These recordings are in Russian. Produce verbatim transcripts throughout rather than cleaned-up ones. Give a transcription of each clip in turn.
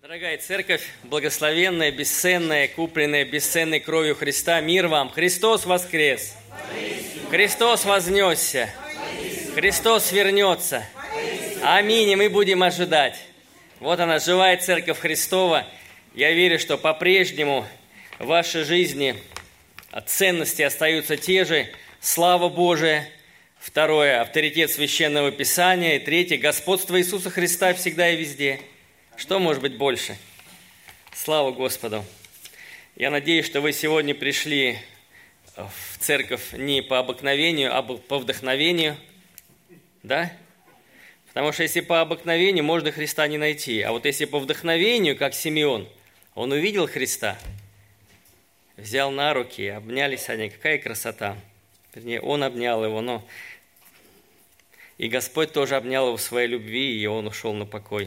Дорогая церковь, благословенная, бесценная, купленная бесценной кровью Христа, мир вам! Христос воскрес! Христос вознесся! Христос вернется! Аминь, и мы будем ожидать. Вот она, живая церковь Христова. Я верю, что по-прежнему в вашей жизни ценности остаются те же. Слава Божия. Второе, авторитет Священного Писания. И третье, господство Иисуса Христа всегда и везде. Что может быть больше? Слава Господу! Я надеюсь, что вы сегодня пришли в церковь не по обыкновению, а по вдохновению. Да? Потому что если по обыкновению, можно Христа не найти. А вот если по вдохновению, как Симеон, он увидел Христа, взял на руки, обнялись они. Какая красота! Вернее, он обнял его, но и Господь тоже обнял его в своей любви, и он ушел на покой.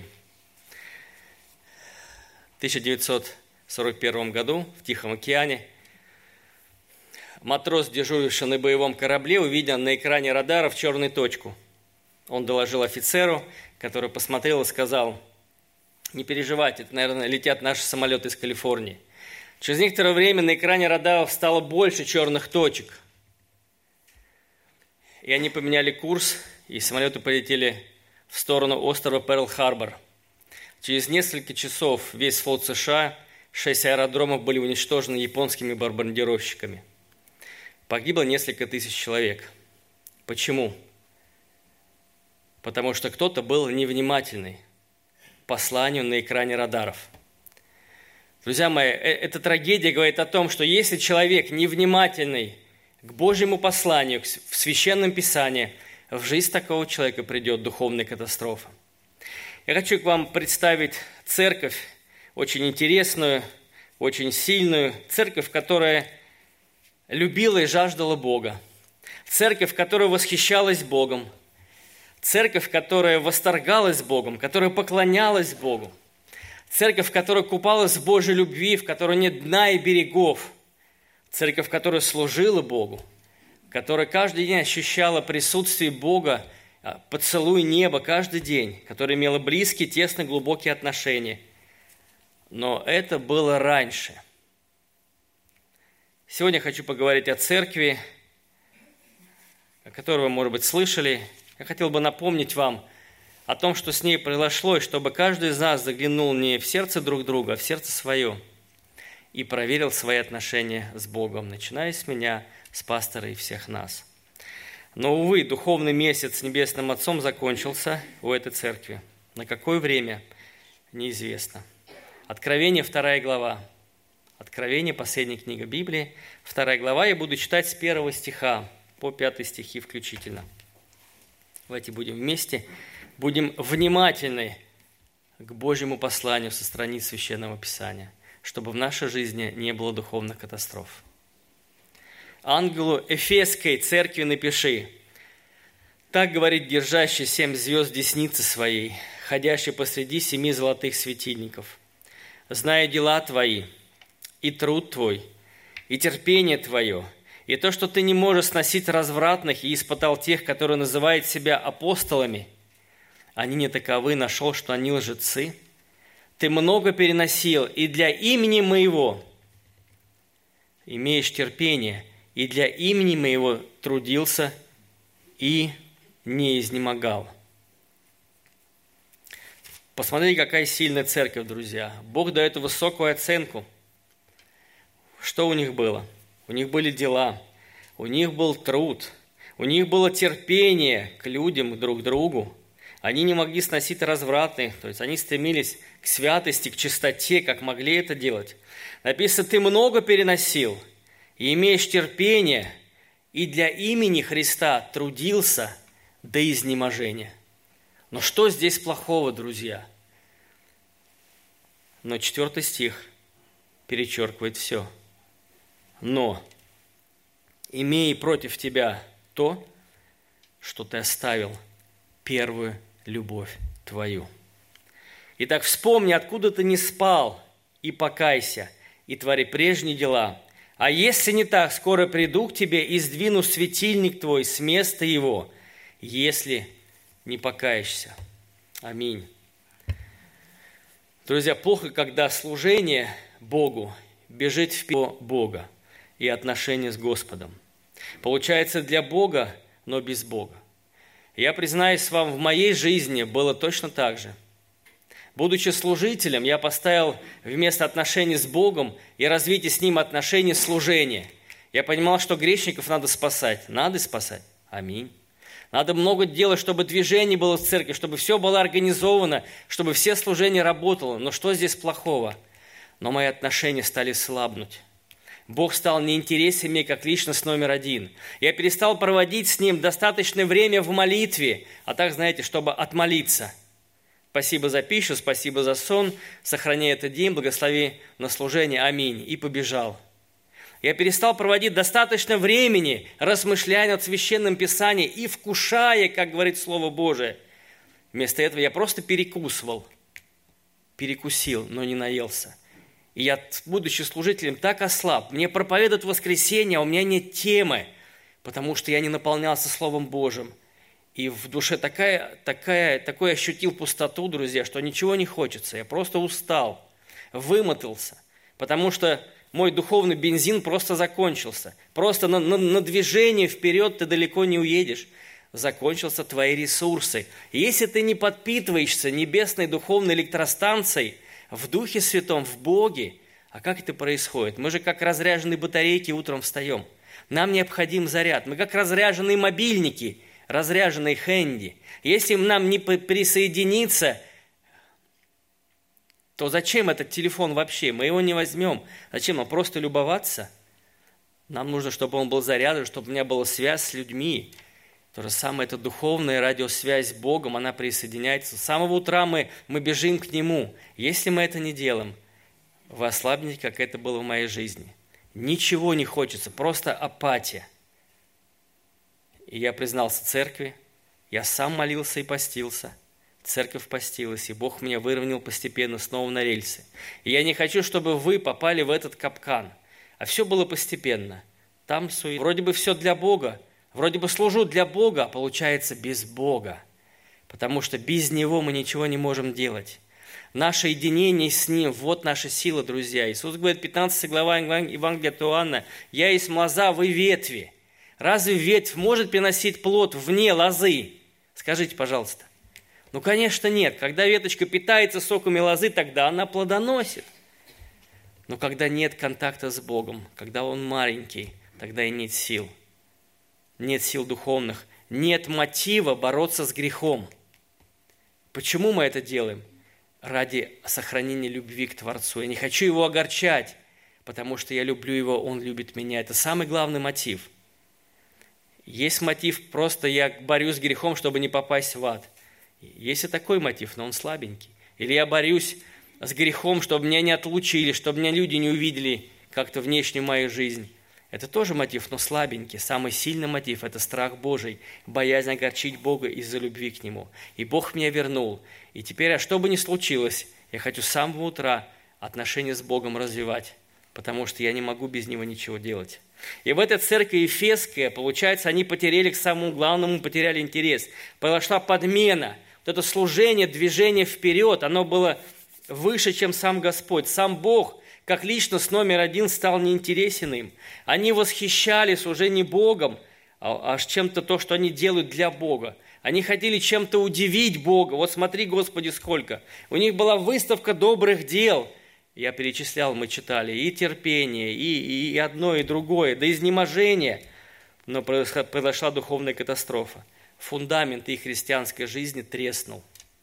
В тысяча девятьсот сорок первом году в Тихом океане матрос, дежуривший на боевом корабле, увидел на экране радаров черную точку. Он доложил офицеру, который посмотрел и сказал: «Не переживайте, это, наверное, летят наши самолеты из Калифорнии». Через некоторое время на экране радаров стало больше черных точек. И они поменяли курс, и самолеты полетели в сторону острова Перл-Харбор. Через несколько часов весь флот США, шесть аэродромов были уничтожены японскими бомбардировщиками. Погибло несколько тысяч человек. Почему? Потому что кто-то был невнимательный к посланию на экране радаров. Друзья мои, эта трагедия говорит о том, что если человек невнимательный к Божьему посланию, в Священном Писании, в жизнь такого человека придет духовная катастрофа. Я хочу к вам представить церковь, очень интересную, очень сильную, церковь, которая любила и жаждала Бога, церковь, которая восхищалась Богом, церковь, которая восторгалась Богом, которая поклонялась Богу, церковь, которая купалась в Божьей любви, в которой нет дна и берегов, церковь, которая служила Богу, которая каждый день ощущала присутствие Бога, поцелуй неба каждый день, которая имела близкие, тесные, глубокие отношения. Но это было раньше. Сегодня я хочу поговорить о церкви, о которой вы, может быть, слышали. Я хотел бы напомнить вам о том, что с ней произошло, и чтобы каждый из нас заглянул не в сердце друг друга, а в сердце свое, и проверил свои отношения с Богом, начиная с меня, с пастора и всех нас. Но, увы, духовный месяц с Небесным Отцом закончился у этой церкви. На какое время? Неизвестно. Откровение, вторая глава. Откровение, последняя книга Библии, вторая глава. Я буду читать с первого стиха по пятый стихи включительно. Давайте будем вместе, будем внимательны к Божьему посланию со страниц Священного Писания, чтобы в нашей жизни не было духовных катастроф. Ангелу Эфесской церкви напиши: так говорит держащий семь звезд десницы своей, ходящий посреди семи золотых светильников. Зная дела твои, и труд твой, и терпение твое, и то, что ты не можешь сносить развратных, и испытал тех, которые называют себя апостолами, они не таковы, нашел, что они лжецы. Ты много переносил, и для имени моего имеешь терпение, и для имени моего трудился и не изнемогал. Посмотрите, какая сильная церковь, друзья. Бог дает высокую оценку. Что у них было? У них были дела, у них был труд, у них было терпение к людям, друг к другу. Они не могли сносить развратных, то есть они стремились к святости, к чистоте, как могли это делать. Написано: ты много переносил, и имеешь терпение, и для имени Христа трудился до изнеможения. Но что здесь плохого, друзья? Но четвертый стих перечеркивает все. Но, имея против тебя то, что ты оставил первую любовь твою. Итак, вспомни, откуда ты не спал, и покайся, и твори прежние дела. А если не так, скоро приду к тебе и сдвину светильник твой с места его, если не покаешься. Аминь. Друзья, плохо, когда служение Богу бежит вперед Бога и отношения с Господом. Получается для Бога, но без Бога. Я признаюсь вам, в моей жизни было точно так же. Будучи служителем, я поставил вместо отношений с Богом и развития с Ним отношений служения. Я понимал, что грешников надо спасать. Надо спасать. Аминь. Надо много делать, чтобы движение было в церкви, чтобы все было организовано, чтобы все служения работало. Но что здесь плохого? Но мои отношения стали слабнуть. Бог стал неинтересен мне как личность номер один. Я перестал проводить с Ним достаточное время в молитве, а так, знаете, чтобы отмолиться. Спасибо за пищу, спасибо за сон, сохраняй этот день, благослови на служение, аминь. И побежал. Я перестал проводить достаточно времени, размышляя над Священным Писанием и вкушая, как говорит Слово Божие. Вместо этого я просто перекусывал, перекусил, но не наелся. И я, будучи служителем, так ослаб. Мне проповедуют в воскресенье, а у меня нет темы, потому что я не наполнялся Словом Божьим. И в душе такая, такая, такой ощутил пустоту, друзья, что ничего не хочется. Я просто устал, вымотался, потому что мой духовный бензин просто закончился. Просто на, на, на движение вперед ты далеко не уедешь. Закончился твои ресурсы. И если ты не подпитываешься небесной духовной электростанцией, в Духе Святом, в Боге, а как это происходит? Мы же как разряженные батарейки утром встаем. Нам необходим заряд. Мы как разряженные мобильники, разряженные хэнди. Если нам не присоединиться, то зачем этот телефон вообще? Мы его не возьмем. Зачем нам просто любоваться? Нам нужно, чтобы он был заряжен, чтобы у меня была связь с людьми. То же самое, это духовная радиосвязь с Богом, она присоединяется. С самого утра мы, мы бежим к Нему. Если мы это не делаем, вы ослабнете, как это было в моей жизни. Ничего не хочется, просто апатия. И я признался церкви, я сам молился и постился. Церковь постилась, и Бог меня выровнял постепенно снова на рельсы. И я не хочу, чтобы вы попали в этот капкан. А все было постепенно. Там суета. Вроде бы все для Бога, вроде бы служу для Бога, а получается без Бога. Потому что без Него мы ничего не можем делать. Наше единение с Ним, вот наша сила, друзья. Иисус говорит, пятнадцатая глава Евангелия от Иоанна, «Я есть лоза, вы ветви». Разве ветвь может приносить плод вне лозы? Скажите, пожалуйста. Ну, конечно, нет. Когда веточка питается соками лозы, тогда она плодоносит. Но когда нет контакта с Богом, когда Он маленький, тогда и нет сил. Нет сил духовных, нет мотива бороться с грехом. Почему мы это делаем? Ради сохранения любви к Творцу. Я не хочу Его огорчать, потому что я люблю Его, Он любит меня. Это самый главный мотив. Есть мотив, просто я борюсь с грехом, чтобы не попасть в ад. Есть и такой мотив, но он слабенький. Или я борюсь с грехом, чтобы меня не отлучили, чтобы меня люди не увидели как-то внешне мою жизнь. Это тоже мотив, но слабенький. Самый сильный мотив – это страх Божий, боязнь огорчить Бога из-за любви к Нему. И Бог меня вернул. И теперь, а что бы ни случилось, я хочу с самого утра отношения с Богом развивать, потому что я не могу без Него ничего делать. И в этой церкви Ефесской, получается, они потеряли к самому главному, потеряли интерес. Произошла подмена. Вот это служение, движение вперед, оно было выше, чем сам Господь. Сам Бог, как личность номер один, стал неинтересен им. Они восхищались уже не Богом, а аж чем-то то, что они делают для Бога. Они хотели чем-то удивить Бога. Вот смотри, Господи, сколько. У них была выставка добрых дел. Я перечислял, мы читали, и терпение, и, и одно, и другое, до изнеможения. Но произошла духовная катастрофа. Фундамент их христианской жизни треснул.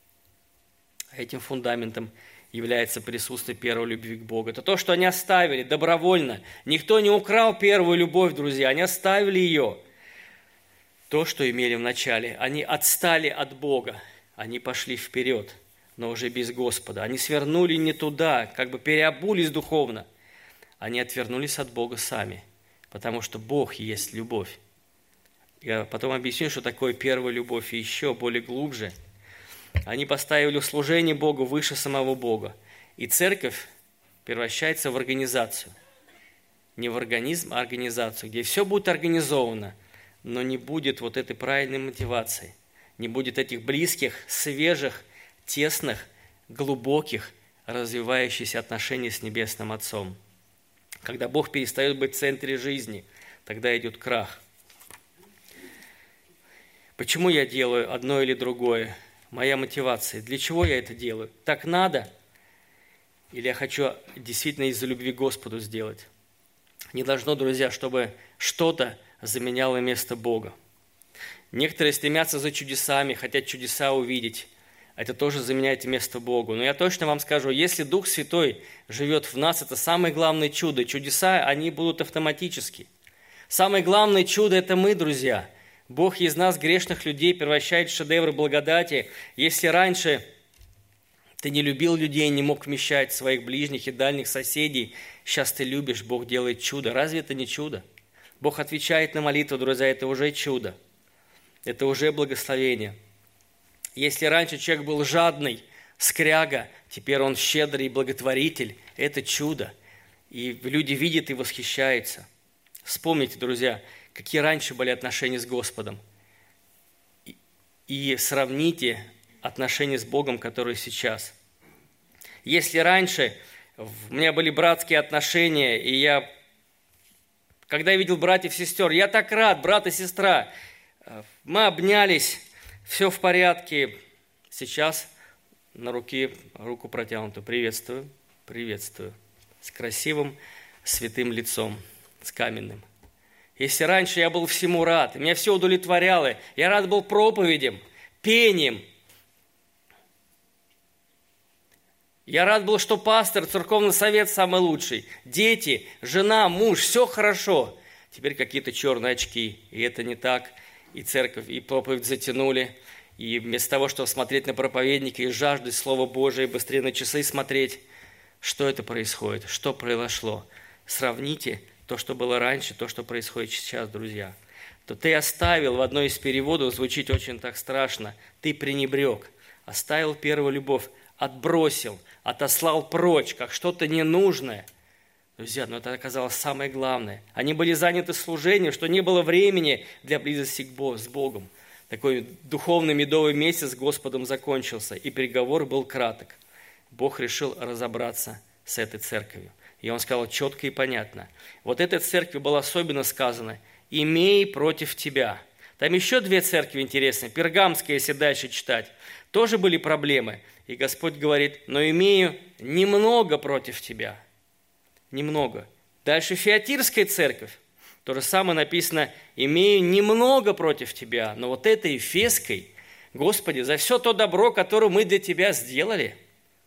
Этим фундаментом является присутствие первой любви к Богу. Это то, что они оставили добровольно. Никто не украл первую любовь, друзья, они оставили ее. То, что имели в начале, они отстали от Бога, они пошли вперед, но уже без Господа. Они свернули не туда, как бы переобулись духовно. Они отвернулись от Бога сами, потому что Бог есть любовь. Я потом объясню, что такое первая любовь, и еще более глубже. Они поставили служение Богу выше самого Бога. И церковь превращается в организацию. Не в организм, а организацию, где все будет организовано, но не будет вот этой правильной мотивации. Не будет этих близких, свежих, тесных, глубоких развивающиеся отношения с Небесным Отцом. Когда Бог перестает быть в центре жизни, тогда идет крах. Почему я делаю одно или другое? Моя мотивация. Для чего я это делаю? Так надо? Или я хочу действительно из-за любви к Господу сделать? Не должно, друзья, чтобы что-то заменяло место Бога. Некоторые стремятся за чудесами, хотят чудеса увидеть. Это тоже заменяет место Богу. Но я точно вам скажу, если Дух Святой живет в нас, это самое главное чудо. Чудеса, они будут автоматически. Самое главное чудо – это мы, друзья. Бог из нас, грешных людей, превращает в шедевр благодати. Если раньше ты не любил людей, не мог вмещать своих ближних и дальних соседей, сейчас ты любишь, Бог делает чудо. Разве это не чудо? Бог отвечает на молитву, друзья, это уже чудо. Это уже благословение. Если раньше человек был жадный, скряга, теперь он щедрый и благотворитель, это чудо. И люди видят и восхищаются. Вспомните, друзья, какие раньше были отношения с Господом. И, и сравните отношения с Богом, которые сейчас. Если раньше у меня были братские отношения, и я, когда я видел братьев и сестер, я так рад, брат и сестра, мы обнялись, все в порядке. Сейчас на руке руку протянутую. Приветствую, приветствую. С красивым святым лицом, с каменным. Если раньше я был всему рад, меня все удовлетворяло, я рад был проповедям, пением. Я рад был, что пастор, церковный совет самый лучший, дети, жена, муж, все хорошо. Теперь какие-то черные очки, и это не так. И церковь, и проповедь затянули. И вместо того, чтобы смотреть на проповедника и жаждать Слова Божие, быстрее на часы смотреть, что это происходит, что произошло. Сравните то, что было раньше, то, что происходит сейчас, друзья. То ты оставил, в одной из переводов звучит очень так страшно, ты пренебрег, оставил первую любовь, отбросил, отослал прочь, как что-то ненужное. Друзья, но это оказалось самое главное. Они были заняты служением, что не было времени для близости с Богом. Такой духовный медовый месяц с Господом закончился, и переговор был краток. Бог решил разобраться с этой церковью. И Он сказал четко и понятно. Вот этой церкви было особенно сказано: «Имей против тебя». Там еще две церкви интересные, Пергамская, если дальше читать, тоже были проблемы. И Господь говорит: «Но имею немного против тебя». Немного. Дальше Фиатирская церковь. То же самое написано: «Имею немного против тебя». Но вот этой Эфесской, Господи, за все то добро, которое мы для тебя сделали,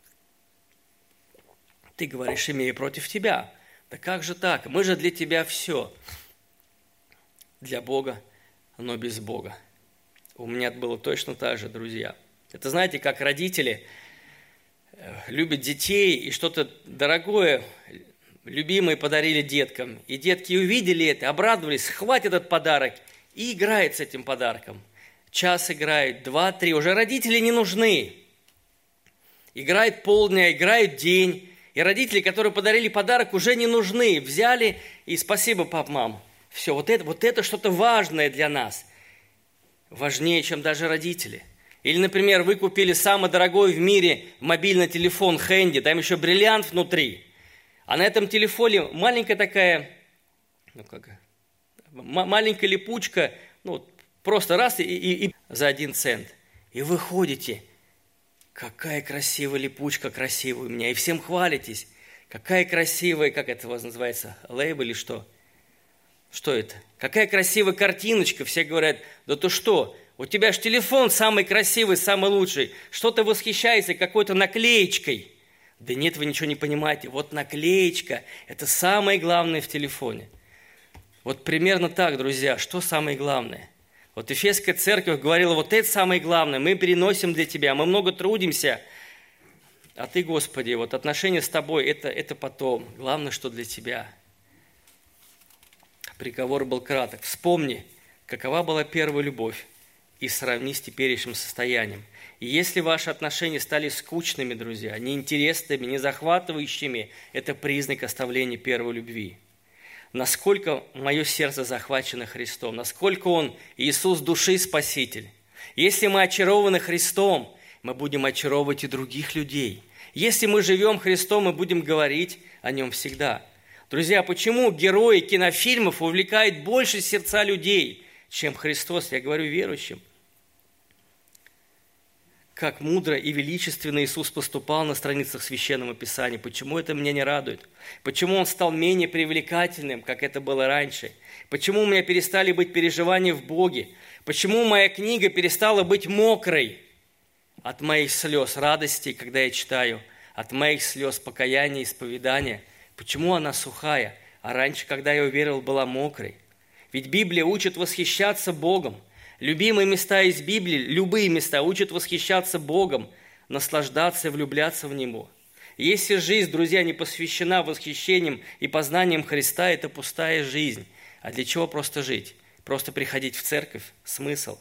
ты говоришь: имею против тебя. Да как же так? Мы же для тебя все. Для Бога, но без Бога. У меня было точно так же, друзья. Это знаете, как родители любят детей и что-то дорогое, любимые подарили деткам. И детки увидели это, обрадовались, хватит этот подарок, и играет с этим подарком. Час играет, два, три, уже родители не нужны. Играет полдня, играет день. И родители, которые подарили подарок, уже не нужны. Взяли и спасибо, пап, мам. Все, вот это, вот это что-то важное для нас. Важнее, чем даже родители. Или, например, вы купили самый дорогой в мире мобильный телефон Хэнди, там еще бриллиант внутри. А на этом телефоне маленькая такая, ну как, маленькая липучка, ну просто раз и, и, и за один цент. И вы ходите: какая красивая липучка, красивая у меня, и всем хвалитесь. Какая красивая, как это у вас называется, лейбл или что? Что это? Какая красивая картиночка, все говорят: да ты что, у тебя же телефон самый красивый, самый лучший, что ты восхищаешься какой-то наклеечкой? Да нет, вы ничего не понимаете, вот наклеечка – это самое главное в телефоне. Вот примерно так, друзья, что самое главное? Вот Эфесская церковь говорила: вот это самое главное, мы переносим для тебя, мы много трудимся, а ты, Господи, вот отношения с тобой это, – это потом, главное, что для тебя. Приговор был краток. Вспомни, какова была первая любовь, и сравни с теперешним состоянием. И если ваши отношения стали скучными, друзья, неинтересными, не захватывающими, это признак оставления первой любви. Насколько мое сердце захвачено Христом, насколько Он, Иисус, души Спаситель. Если мы очарованы Христом, мы будем очаровывать и других людей. Если мы живем Христом, мы будем говорить о Нем всегда. Друзья, почему герои кинофильмов увлекают больше сердца людей, чем Христос? Я говорю верующим. Как мудро и величественно Иисус поступал на страницах Священного Писания. Почему это меня не радует? Почему Он стал менее привлекательным, как это было раньше? Почему у меня перестали быть переживания в Боге? Почему моя книга перестала быть мокрой от моих слез радости, когда я читаю, от моих слез покаяния, исповедания? Почему она сухая, а раньше, когда я уверовал, была мокрой? Ведь Библия учит восхищаться Богом. Любимые места из Библии, любые места учат восхищаться Богом, наслаждаться и влюбляться в Него. Если жизнь, друзья, не посвящена восхищением и познанием Христа, это пустая жизнь. А для чего просто жить? Просто приходить в церковь? Смысл?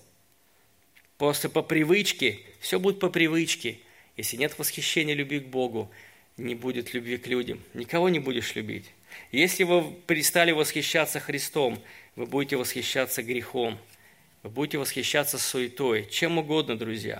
Просто по привычке, все будет по привычке. Если нет восхищения, любви к Богу, не будет любви к людям. Никого не будешь любить. Если вы перестали восхищаться Христом, вы будете восхищаться грехом. Вы будете восхищаться суетой, чем угодно, друзья.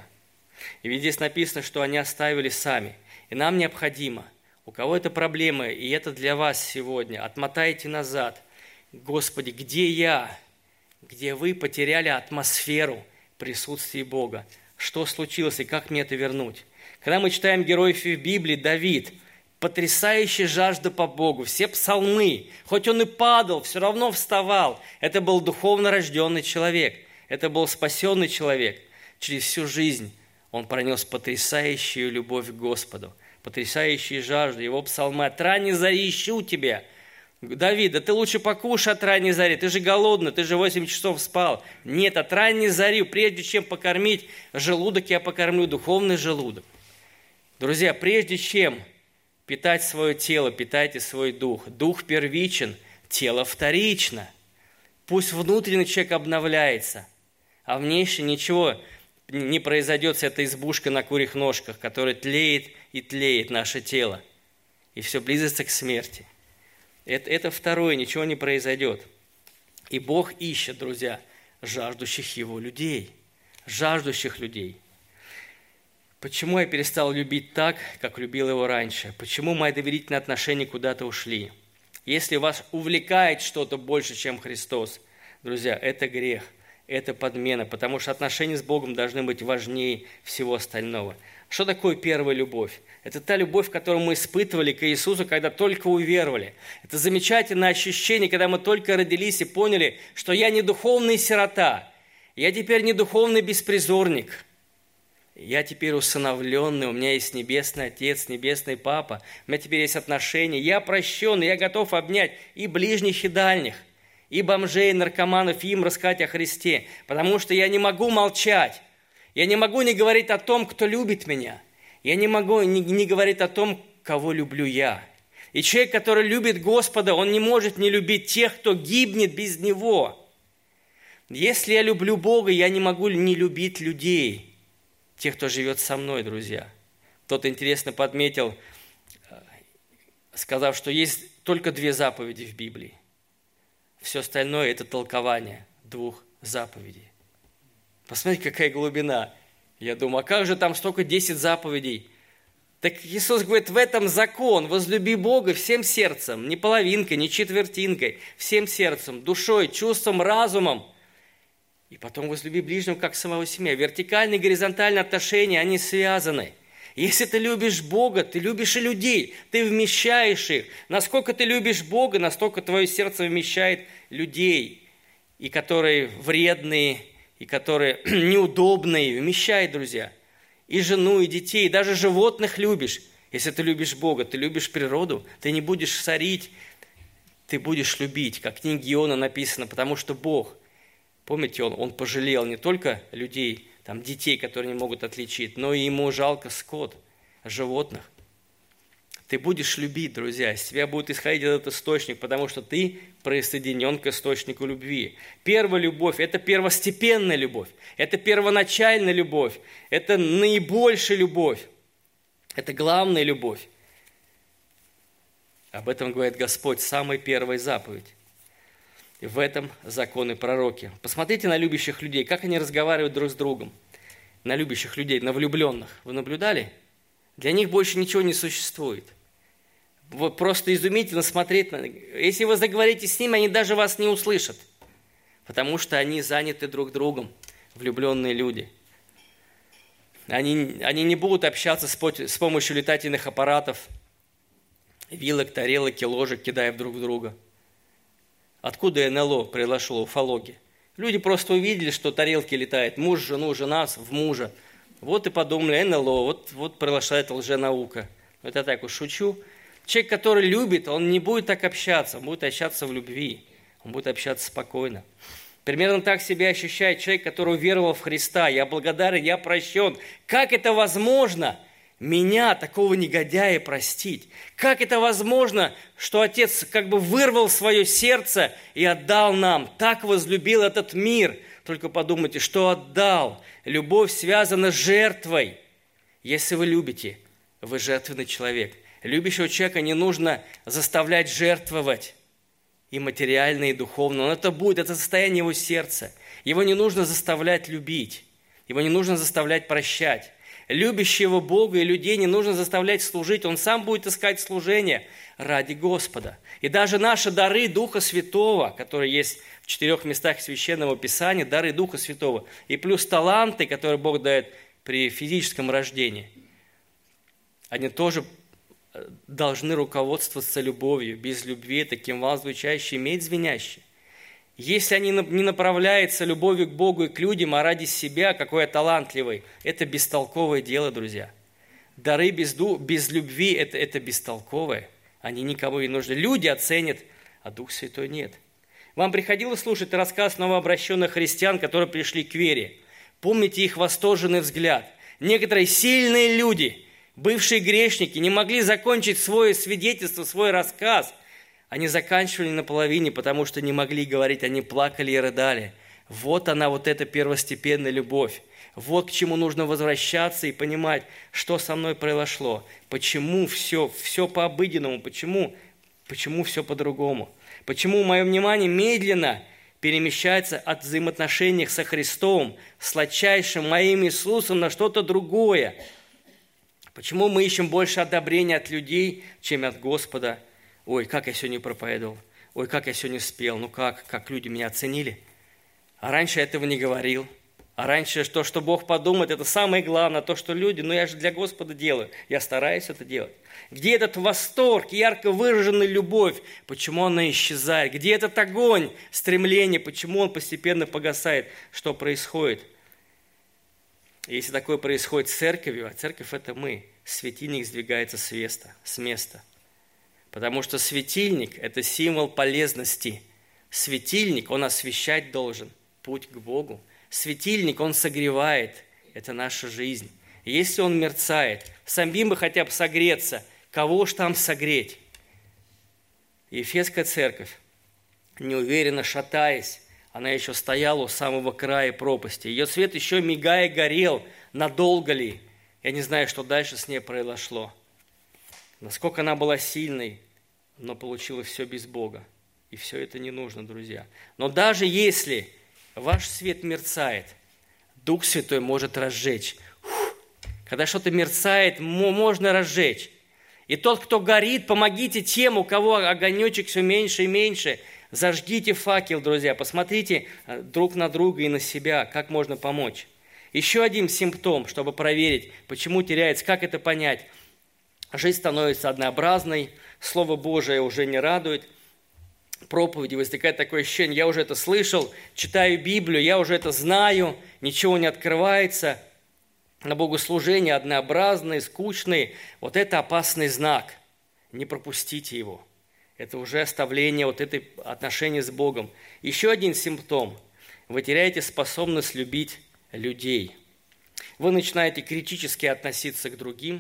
И ведь здесь написано, что они оставили сами. И нам необходимо, у кого это проблема, и это для вас сегодня, отмотайте назад. Господи, где я? Где вы потеряли атмосферу присутствия Бога? Что случилось и как мне это вернуть? Когда мы читаем героев в Библии, Давид, потрясающая жажда по Богу, все псалмы, хоть он и падал, все равно вставал. Это был духовно рожденный человек. Это был спасенный человек. Через всю жизнь он пронес потрясающую любовь к Господу, потрясающую жажду. Его псалмы: «От ранней зари ищу тебя». Давид, да ты лучше покушай от ранней зари, ты же голодный, ты же восемь часов спал. Нет, от ранней зари, прежде чем покормить желудок, я покормлю духовный желудок. Друзья, прежде чем питать свое тело, питайте свой дух. Дух первичен, тело вторично. Пусть внутренний человек обновляется, а внешне ничего не произойдет с этой избушкой на курьих ножках, которая тлеет и тлеет наше тело. И все близится к смерти. Это, это второе, ничего не произойдет. И Бог ищет, друзья, жаждущих Его людей. Жаждущих людей. Почему я перестал любить так, как любил Его раньше? Почему мои доверительные отношения куда-то ушли? Если вас увлекает что-то больше, чем Христос, друзья, это грех, это подмена, потому что отношения с Богом должны быть важнее всего остального. Что такое первая любовь? Это та любовь, которую мы испытывали к Иисусу, когда только уверовали. Это замечательное ощущение, когда мы только родились и поняли, что я не духовный сирота, я теперь не духовный беспризорник. Я теперь усыновленный, у меня есть небесный Отец, небесный Папа, у меня теперь есть отношения, я прощен, я готов обнять и ближних, и дальних, и бомжей, и наркоманов, и им рассказать о Христе, потому что я не могу молчать, я не могу не говорить о том, кто любит меня, я не могу не, не говорить о том, кого люблю я. И человек, который любит Господа, он не может не любить тех, кто гибнет без Него. Если я люблю Бога, я не могу не любить людей, тех, кто живет со мной, друзья. Кто-то интересно подметил, сказав, что есть только две заповеди в Библии. Все остальное – это толкование двух заповедей. Посмотрите, какая глубина. Я думаю, а как же там столько десять заповедей? Так Иисус говорит, в этом закон: возлюби Бога всем сердцем, не половинкой, не четвертинкой, всем сердцем, душой, чувством, разумом. И потом возлюби ближнего, как самого себя. Вертикальные и горизонтальные отношения, они связаны. Если ты любишь Бога, ты любишь и людей, ты вмещаешь их. Насколько ты любишь Бога, настолько твое сердце вмещает людей, и которые вредные, и которые неудобные, вмещает, друзья. И жену, и детей, и даже животных любишь. Если ты любишь Бога, ты любишь природу, ты не будешь сорить, ты будешь любить, как в книге Иона написано, потому что Бог, помните, Он, он пожалел не только людей, там, детей, которые не могут отличить, но и Ему жалко скот, животных. Ты будешь любить, друзья, из тебя будет исходить этот источник, потому что ты присоединен к источнику любви. Первая любовь – это первостепенная любовь, это первоначальная любовь, это наибольшая любовь, это главная любовь. Об этом говорит Господь, самая первая заповедь. И в этом законы пророки. Посмотрите на любящих людей, как они разговаривают друг с другом. На любящих людей, на влюбленных. Вы наблюдали? Для них больше ничего не существует. Вот просто изумительно смотреть на... Если вы заговорите с ними, они даже вас не услышат, потому что они заняты друг другом, влюбленные люди. Они, они не будут общаться с, с помощью летательных аппаратов, вилок, тарелок и ложек, кидая друг в друга. Откуда эн эл о произошло, уфология? Люди просто увидели, что тарелки летают, муж, жену, жена в мужа. Вот и подумали, эн эл о, вот, вот произошла эта лженаука. Это так уж шучу. Человек, который любит, он не будет так общаться, он будет общаться в любви, он будет общаться спокойно. Примерно так себя ощущает человек, который уверовал в Христа. Я благодарен, я прощен. Как это возможно меня, такого негодяя, простить? Как это возможно, что Отец как бы вырвал свое сердце и отдал нам? Так возлюбил этот мир. Только подумайте, что отдал. Любовь связана с жертвой. Если вы любите, вы жертвенный человек. Любящего человека не нужно заставлять жертвовать и материально, и духовно. Но это будет, это состояние его сердца. Его не нужно заставлять любить. Его не нужно заставлять прощать. Любящего Бога и людей не нужно заставлять служить. Он сам будет искать служение ради Господа. И даже наши дары Духа Святого, которые есть в четырех местах Священного Писания, дары Духа Святого, и плюс таланты, которые Бог дает при физическом рождении, они тоже должны руководствоваться любовью. Без любви это кимвал звучащий, медь звенящий. Если они не направляются любовью к Богу и к людям, а ради себя, какой я талантливый, это бестолковое дело, друзья. Дары без, ду, без любви это, – это бестолковое. Они никому не нужны. Люди оценят, а Дух Святой нет. Вам приходилось слушать рассказ новообращенных христиан, которые пришли к вере? Помните их восторженный взгляд. Некоторые сильные люди, бывшие грешники, не могли закончить свое свидетельство, свой рассказ. Они заканчивали наполовине, потому что не могли говорить, они плакали и рыдали. Вот она, вот эта первостепенная любовь. Вот к чему нужно возвращаться и понимать, что со мной произошло. Почему все, все по-обыденному, почему, почему все по-другому. Почему мое внимание медленно перемещается от взаимоотношений со Христом, сладчайшим моим Иисусом, на что-то другое. Почему мы ищем больше одобрения от людей, чем от Господа? Ой, как я сегодня проповедовал. Ой, как я сегодня спел. Ну как, как люди меня оценили. А раньше я этого не говорил. А раньше то, что Бог подумает, это самое главное. То, что люди, ну я же для Господа делаю. Я стараюсь это делать. Где этот восторг, ярко выраженная любовь? Почему она исчезает? Где этот огонь, стремление? Почему он постепенно погасает? Что происходит? Если такое происходит с церковью, а церковь – это мы, светильник сдвигается с места, с места. Потому что светильник – это символ полезности. Светильник, он освещать должен путь к Богу. Светильник, он согревает, это наша жизнь. Если он мерцает, самим бы хотя бы согреться, кого ж там согреть? Ефесская церковь, неуверенно шатаясь, она еще стояла у самого края пропасти. Ее свет еще мигая горел, надолго ли? Я не знаю, что дальше с ней произошло. Насколько она была сильной, но получилось все без Бога. И все это не нужно, друзья. Но даже если ваш свет мерцает, Дух Святой может разжечь. Фух. Когда что-то мерцает, можно разжечь. И тот, кто горит, помогите тем, у кого огонечек все меньше и меньше. Зажгите факел, друзья. Посмотрите друг на друга и на себя, как можно помочь. Еще один симптом, чтобы проверить, почему теряется, как это понять. Жизнь становится однообразной, Слово Божие уже не радует. Проповеди возникает такое ощущение, я уже это слышал, читаю Библию, я уже это знаю, ничего не открывается. На богослужение однообразные, скучные. Вот это опасный знак. Не пропустите его. Это уже оставление вот этой отношения с Богом. Еще один симптом. Вы теряете способность любить людей. Вы начинаете критически относиться к другим.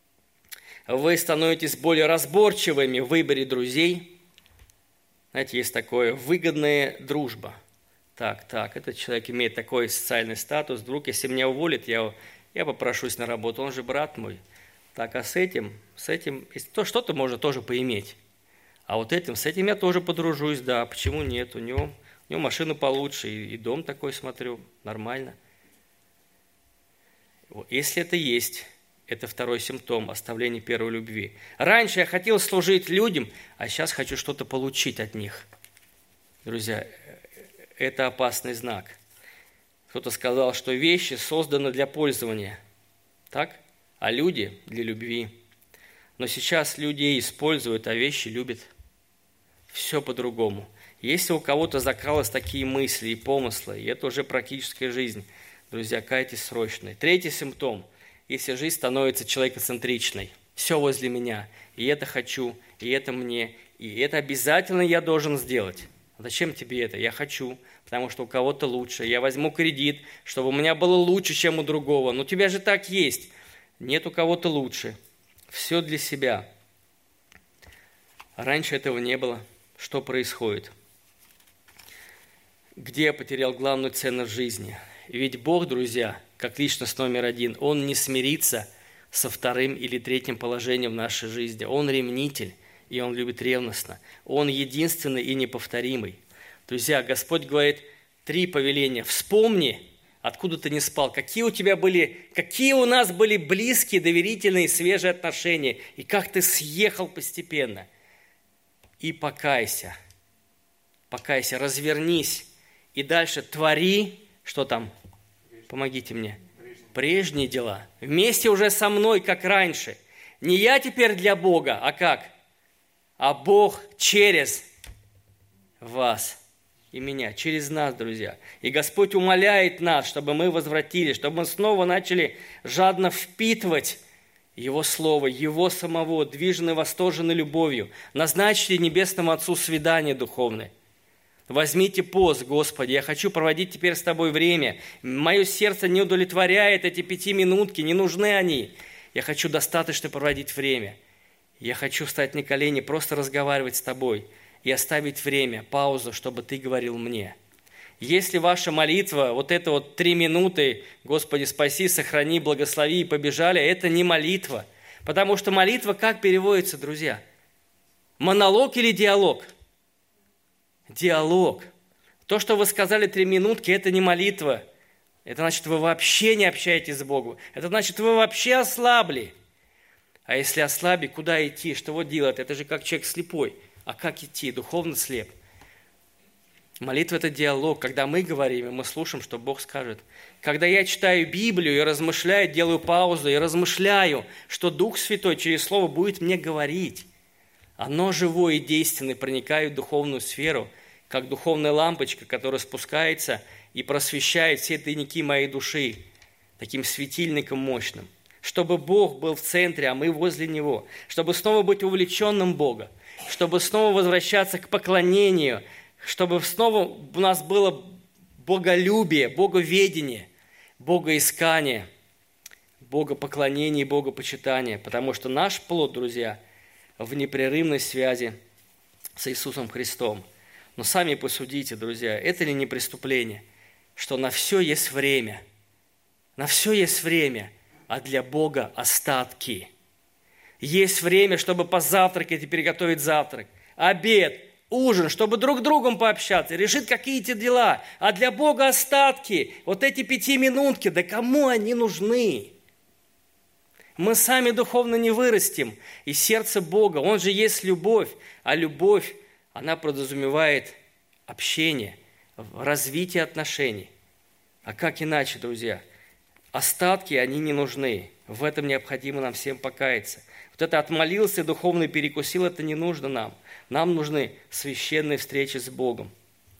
Вы становитесь более разборчивыми в выборе друзей. Знаете, есть такое выгодная дружба. Так, так, этот человек имеет такой социальный статус. Вдруг, если меня уволят, я, я попрошусь на работу. Он же брат мой. Так, а с этим, с этим, то что-то можно тоже поиметь. А вот этим, с этим я тоже подружусь, да, почему нет? У него, у него машина получше, и, и дом такой, смотрю, нормально. Если это есть, Это второй симптом оставления первой любви. Раньше я хотел служить людям, а сейчас хочу что-то получить от них. Друзья, это опасный знак. Кто-то сказал, что вещи созданы для пользования, так? А люди для любви. Но сейчас людей используют, а вещи любят. Все по-другому. Если у кого-то закралось такие мысли и помыслы, и это уже практическая жизнь, друзья, кайтесь срочно. Третий симптом. Если жизнь становится человекоцентричной. Все возле меня. И это хочу, и это мне, и это обязательно я должен сделать. Зачем тебе это? Я хочу, потому что у кого-то лучше. Я возьму кредит, чтобы у меня было лучше, чем у другого. Но у тебя же так есть. Нет у кого-то лучше. Все для себя. Раньше этого не было. Что происходит? Где я потерял главную ценность жизни? Ведь Бог, друзья, как личность номер один, Он не смирится со вторым или третьим положением в нашей жизни. Он ревнитель, и Он любит ревностно. Он единственный и неповторимый. Друзья, Господь говорит три повеления. Вспомни, откуда ты не спал, какие у тебя были, какие у нас были близкие, доверительные, свежие отношения, и как ты съехал постепенно. И покайся, покайся, развернись, и дальше твори, что там? Помогите мне. Прежние дела. Вместе уже со мной, как раньше. Не я теперь для Бога, а как? А Бог через вас и меня, через нас, друзья. И Господь умоляет нас, чтобы мы возвратились, чтобы мы снова начали жадно впитывать Его Слово, Его самого, движены, восторжены любовью. Назначили Небесному Отцу свидание духовное. Возьмите пост, Господи, я хочу проводить теперь с Тобой время. Мое сердце не удовлетворяет эти пятиминутки, не нужны они. Я хочу достаточно проводить время. Я хочу встать на колени, просто разговаривать с Тобой и оставить время, паузу, чтобы Ты говорил мне. Если ваша молитва, вот это вот три минуты, Господи, спаси, сохрани, благослови и побежали, это не молитва. Потому что молитва как переводится, друзья? Монолог или диалог? Диалог. То, что вы сказали три минутки, это не молитва. Это значит, вы вообще не общаетесь с Богом. Это значит, вы вообще ослабли. А если ослабли, куда идти? Что вот делать? Это же как человек слепой. А как идти? Духовно слеп. Молитва – это диалог, когда мы говорим, и мы слушаем, что Бог скажет. Когда я читаю Библию и размышляю, делаю паузу и размышляю, что Дух Святой через Слово будет мне говорить. Оно живое и действенное, проникает в духовную сферу, как духовная лампочка, которая спускается и просвещает все тайники моей души, таким светильником мощным. Чтобы Бог был в центре, а мы возле Него. Чтобы снова быть увлеченным Богом. Чтобы снова возвращаться к поклонению. Чтобы снова у нас было боголюбие, боговедение, богоискание, богопоклонение и богопочитание. Потому что наш плод, друзья, в непрерывной связи с Иисусом Христом. Но сами посудите, друзья, это ли не преступление, что на все есть время, на все есть время, а для Бога остатки. Есть время, чтобы позавтракать и приготовить завтрак, обед, ужин, чтобы друг с другом пообщаться, решить какие-то дела, а для Бога остатки, вот эти пятиминутки, да кому они нужны? Мы сами духовно не вырастем, и сердце Бога, Он же есть любовь, а любовь, она подразумевает общение, развитие отношений. А как иначе, друзья? Остатки, они не нужны. В этом необходимо нам всем покаяться. Вот это отмолился, духовно перекусил, это не нужно нам. Нам нужны священные встречи с Богом.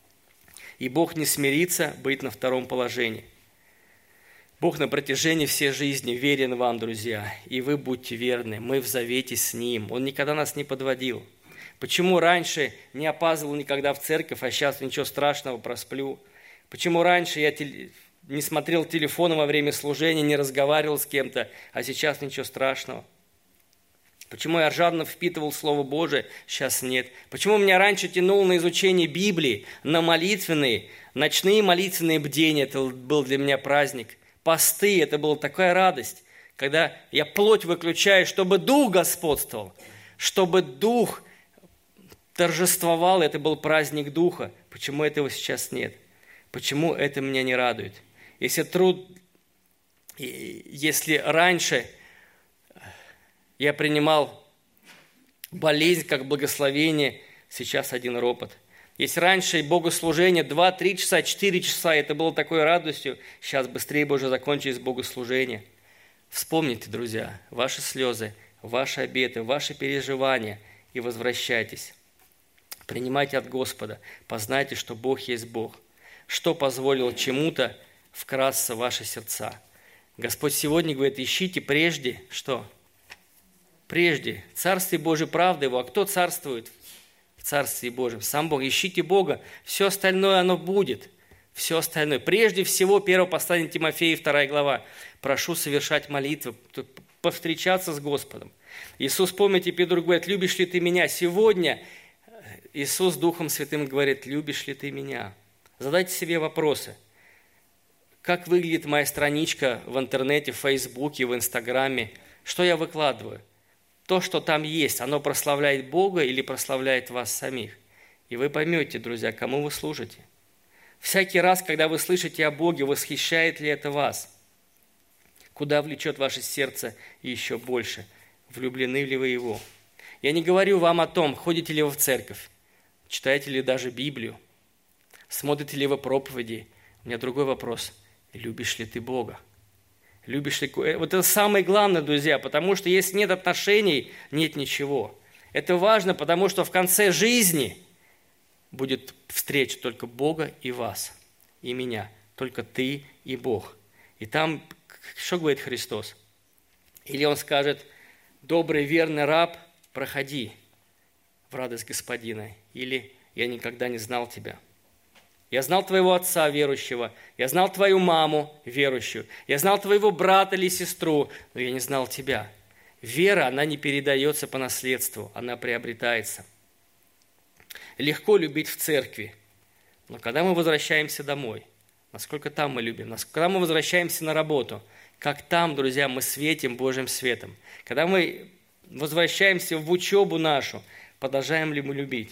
И Бог не смирится быть на втором положении. Бог на протяжении всей жизни верен вам, друзья, и вы будьте верны. Мы в завете с Ним. Он никогда нас не подводил. Почему раньше не опаздывал никогда в церковь, а сейчас ничего страшного, просплю? Почему раньше я не смотрел телефон во время служения, не разговаривал с кем-то, а сейчас ничего страшного? Почему я жадно впитывал Слово Божие, сейчас нет? Почему меня раньше тянуло на изучение Библии, на молитвенные, ночные молитвенные бдения? Это был для меня праздник. Посты, это была такая радость, когда я плоть выключаю, чтобы Дух господствовал, чтобы Дух торжествовал, это был праздник Духа. Почему этого сейчас нет? Почему это меня не радует? Если труд, если раньше Я принимал болезнь как благословение, сейчас один ропот. Если раньше богослужение два-три часа, четыре часа, это было такой радостью, сейчас быстрее бы уже закончилось богослужение. Вспомните, друзья, ваши слезы, ваши обеты, ваши переживания и возвращайтесь. Принимайте от Господа, познайте, что Бог есть Бог. Что позволило чему-то вкрасться в ваши сердца? Господь сегодня говорит, ищите прежде, что? Прежде Царствие Божие, правда Его. А кто царствует в Царстве Божьем? Сам Бог. Ищите Бога, все остальное оно будет. Все остальное. Прежде всего, первое послание Тимофея, вторая глава. Прошу совершать молитвы, повстречаться с Господом. Иисус, помните, Петр говорит, любишь ли ты меня? Сегодня Иисус Духом Святым говорит, любишь ли ты меня? Задайте себе вопросы. Как выглядит моя страничка в интернете, в Фейсбуке, в Инстаграме? Что я выкладываю? То, что там есть, оно прославляет Бога или прославляет вас самих? И вы поймете, друзья, кому вы служите. Всякий раз, когда вы слышите о Боге, восхищает ли это вас? Куда влечет ваше сердце еще больше? Влюблены ли вы Его? Я не говорю вам о том, ходите ли вы в церковь, читаете ли даже Библию, смотрите ли вы проповеди. У меня другой вопрос. Любишь ли ты Бога? Любишь ли... Вот это самое главное, друзья, потому что если нет отношений, нет ничего. Это важно, потому что в конце жизни будет встреча только Бога и вас, и меня. Только ты и Бог. И там, что говорит Христос? Или Он скажет, добрый, верный раб, проходи в радость Господина. Или я никогда не знал тебя. Я знал твоего отца верующего, я знал твою маму верующую, я знал твоего брата или сестру, но я не знал тебя. Вера, она не передается по наследству, она приобретается. Легко любить в церкви, но когда мы возвращаемся домой, насколько там мы любим, когда мы возвращаемся на работу, как там, друзья, мы светим Божьим светом. Когда мы возвращаемся в учебу нашу, продолжаем ли мы любить?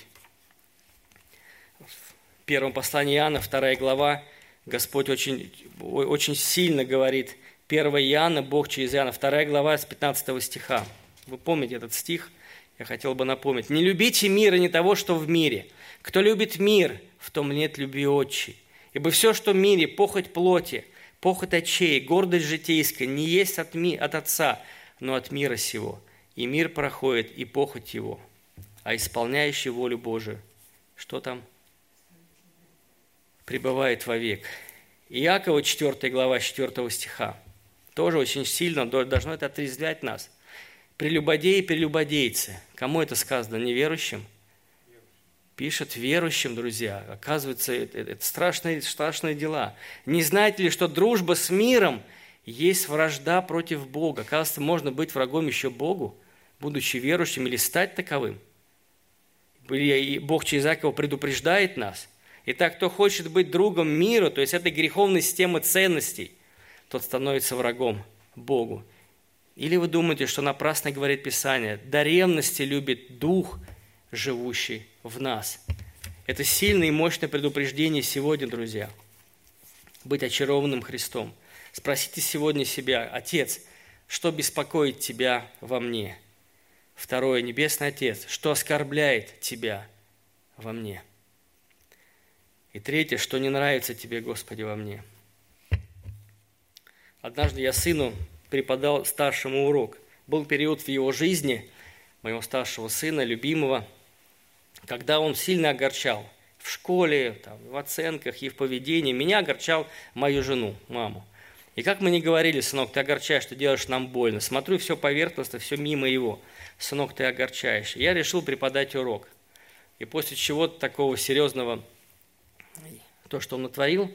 В первом послании Иоанна, вторая глава, Господь очень, очень сильно говорит, первое Иоанна, Бог через Иоанна, вторая глава с пятнадцатого стиха. Вы помните этот стих? Я хотел бы напомнить. «Не любите мира, не того, что в мире. Кто любит мир, в том нет любви отчей. Ибо все, что в мире, похоть плоти, похоть очей, гордость житейская, не есть от, ми, от Отца, но от мира сего. И мир проходит, и похоть его, а исполняющий волю Божию». Что там? Пребывает вовек. Иакова, четвёртая глава, четвёртого стиха. Тоже очень сильно должно это отрезвлять нас. Прелюбодеи и прелюбодейцы. Кому это сказано? Неверующим? Пишет верующим, друзья. Оказывается, это, это страшные, страшные дела. Не знаете ли, что дружба с миром есть вражда против Бога? Оказывается, можно быть врагом еще Богу, будучи верующим или стать таковым. И Бог через Иакова предупреждает нас. Итак, кто хочет быть другом мира, то есть этой греховной системы ценностей, тот становится врагом Богу. Или вы думаете, что напрасно говорит Писание, до ревности любит Дух, живущий в нас. Это сильное и мощное предупреждение сегодня, друзья. Быть очарованным Христом. Спросите сегодня себя, Отец, что беспокоит Тебя во мне? Второе, Небесный Отец, что оскорбляет Тебя во мне? И третье, что не нравится Тебе, Господи, во мне. Однажды я сыну преподал старшему урок. Был период в его жизни, моего старшего сына, любимого, когда он сильно огорчал в школе, там, в оценках и в поведении. Меня огорчал мою жену, маму. И как мы не говорили, сынок, ты огорчаешь, ты делаешь нам больно. Смотрю, все поверхностно, все мимо его. Сынок, ты огорчаешь. Я решил преподать урок. И после чего-то такого серьезного, то, что он натворил,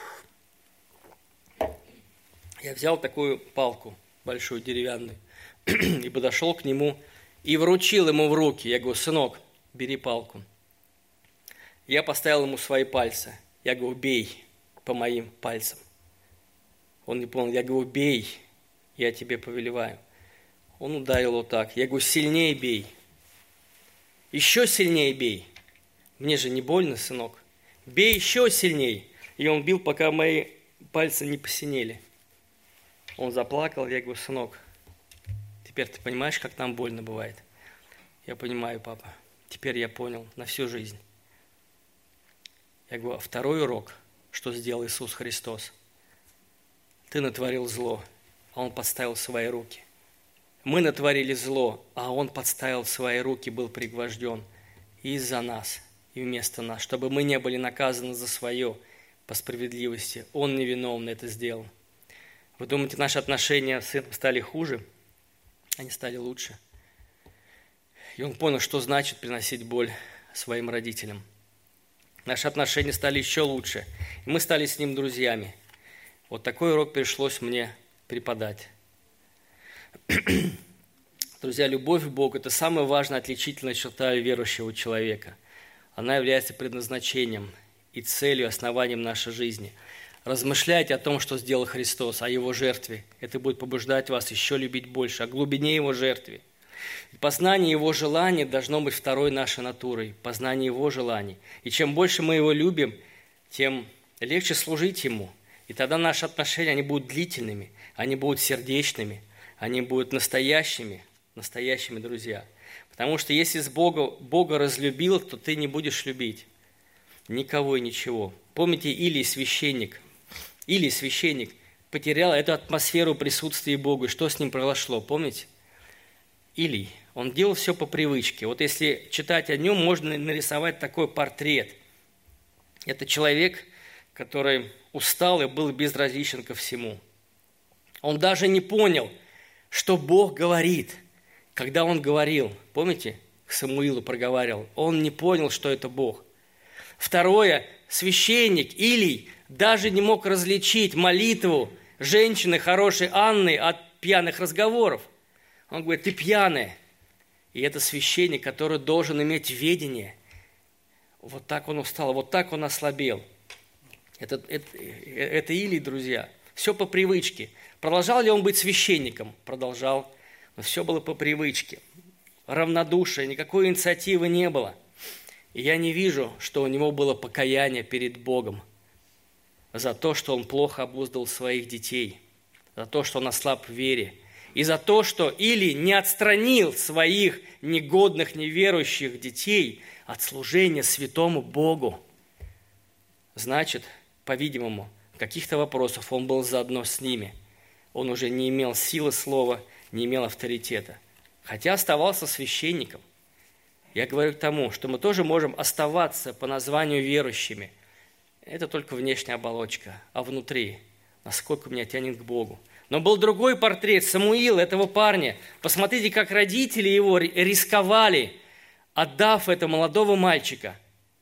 я взял такую палку, большую, деревянную, и подошел к нему и вручил ему в руки. Я говорю, сынок, бери палку. Я поставил ему свои пальцы. Я говорю, бей по моим пальцам. Он не понял. Я говорю, бей, я тебе повелеваю. Он ударил вот так. Я говорю, сильнее бей. Еще сильнее бей. Мне же не больно, сынок. Бей еще сильнее. И он бил, пока мои пальцы не посинели. Он заплакал. Я говорю, сынок, ты Теперь ты понимаешь, как нам больно бывает? Я понимаю, папа. Теперь я понял на всю жизнь. Я говорю, второй урок, что сделал Иисус Христос. Ты натворил зло, а Он подставил свои руки. Мы натворили зло, а Он подставил свои руки, был пригвожден из-за нас и вместо нас, чтобы мы не были наказаны за свое по справедливости. Он невиновно это сделал. Вы думаете, наши отношения с сыном стали хуже? Они стали лучше. И он понял, что значит приносить боль своим родителям. Наши отношения стали еще лучше. И мы стали с ним друзьями. Вот такой урок пришлось мне преподать. Друзья, любовь к Богу – это самая важная отличительная черта верующего человека. Она является предназначением и целью, основанием нашей жизни. Размышляйте о том, что сделал Христос, о Его жертве. Это будет побуждать вас еще любить больше, о глубине Его жертвы. Познание Его желаний должно быть второй нашей натурой. Познание Его желаний. И чем больше мы Его любим, тем легче служить Ему. И тогда наши отношения, они будут длительными, они будут сердечными, они будут настоящими, настоящими друзья. Потому что если с Бога, Бога разлюбил, то ты не будешь любить никого и ничего. Помните, Илий священник, Илий священник потерял эту атмосферу присутствия Бога. И что с ним произошло, помните? Илий, он делал все по привычке. Вот если читать о нем, можно нарисовать такой портрет. Это человек, который устал и был безразличен ко всему. Он даже не понял, что Бог говорит, когда он говорил. Помните, к Самуилу проговаривал. Он не понял, что это Бог. Второе, священник Илий даже не мог различить молитву женщины хорошей Анны от пьяных разговоров. Он говорит, ты пьяная. И это священник, который должен иметь ведение. Вот так он устал, вот так он ослабел. Это, это, это Илий, друзья. Все по привычке. Продолжал ли он быть священником? Продолжал. Но все было по привычке. Равнодушие, никакой инициативы не было. И я не вижу, что у него было покаяние перед Богом за то, что он плохо обуздал своих детей, за то, что он ослаб в вере, и за то, что Илий не отстранил своих негодных, неверующих детей от служения святому Богу. Значит, по-видимому, каких-то вопросов он был заодно с ними. Он уже не имел силы слова, не имел авторитета, хотя оставался священником. Я говорю к тому, что мы тоже можем оставаться по названию верующими. Это только внешняя оболочка, а внутри, насколько меня тянет к Богу. Но был другой портрет Самуила, этого парня. Посмотрите, как родители его рисковали, отдав этого молодого мальчика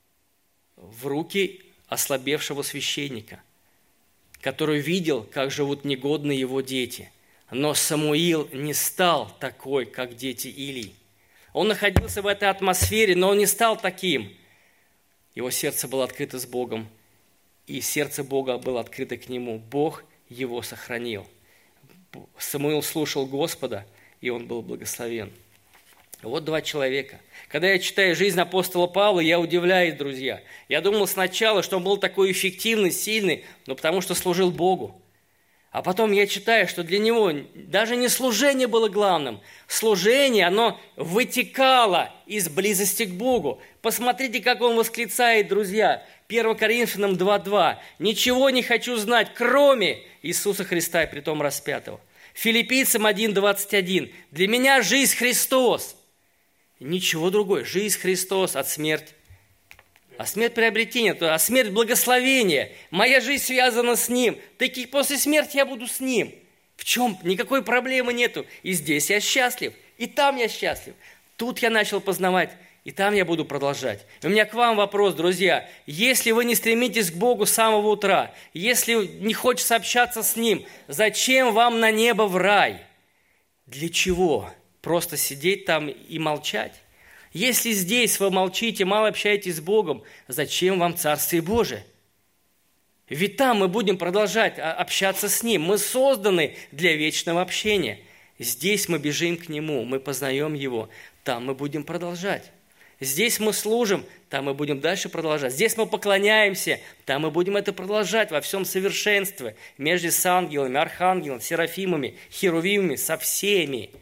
в руки ослабевшего священника, который видел, как живут негодные его дети. Но Самуил не стал такой, как дети Илии. Он находился в этой атмосфере, но он не стал таким. Его сердце было открыто с Богом, и сердце Бога было открыто к нему. Бог его сохранил. Самуил слушал Господа, и он был благословен. Вот два человека. Когда я читаю жизнь апостола Павла, я удивляюсь, друзья. Я думал сначала, что он был такой эффективный, сильный, но потому что служил Богу. А потом я читаю, что для него даже не служение было главным. Служение, оно вытекало из близости к Богу. Посмотрите, как он восклицает, друзья. первое Коринфянам два два. «Ничего не хочу знать, кроме Иисуса Христа и притом распятого». Филиппийцам один двадцать один. «Для меня жизнь Христос». Ничего другое. Жизнь Христос от смерти. А смерть приобретения, а смерть благословения. Моя жизнь связана с Ним. Так и после смерти я буду с Ним. В чем? Никакой проблемы нету. И здесь я счастлив, и там я счастлив. Тут я начал познавать, и там я буду продолжать. И у меня к вам вопрос, друзья. Если вы не стремитесь к Богу с самого утра, если не хочется общаться с Ним, зачем вам на небо в рай? Для чего? Просто сидеть там и молчать? Если здесь вы молчите, мало общаетесь с Богом, зачем вам Царствие Божие? Ведь там мы будем продолжать общаться с Ним. Мы созданы для вечного общения. Здесь мы бежим к Нему, мы познаем Его. Там мы будем продолжать. Здесь мы служим, там мы будем дальше продолжать. Здесь мы поклоняемся, там мы будем это продолжать во всем совершенстве. Между с ангелами, архангелами, серафимами, херувимами, со всеми.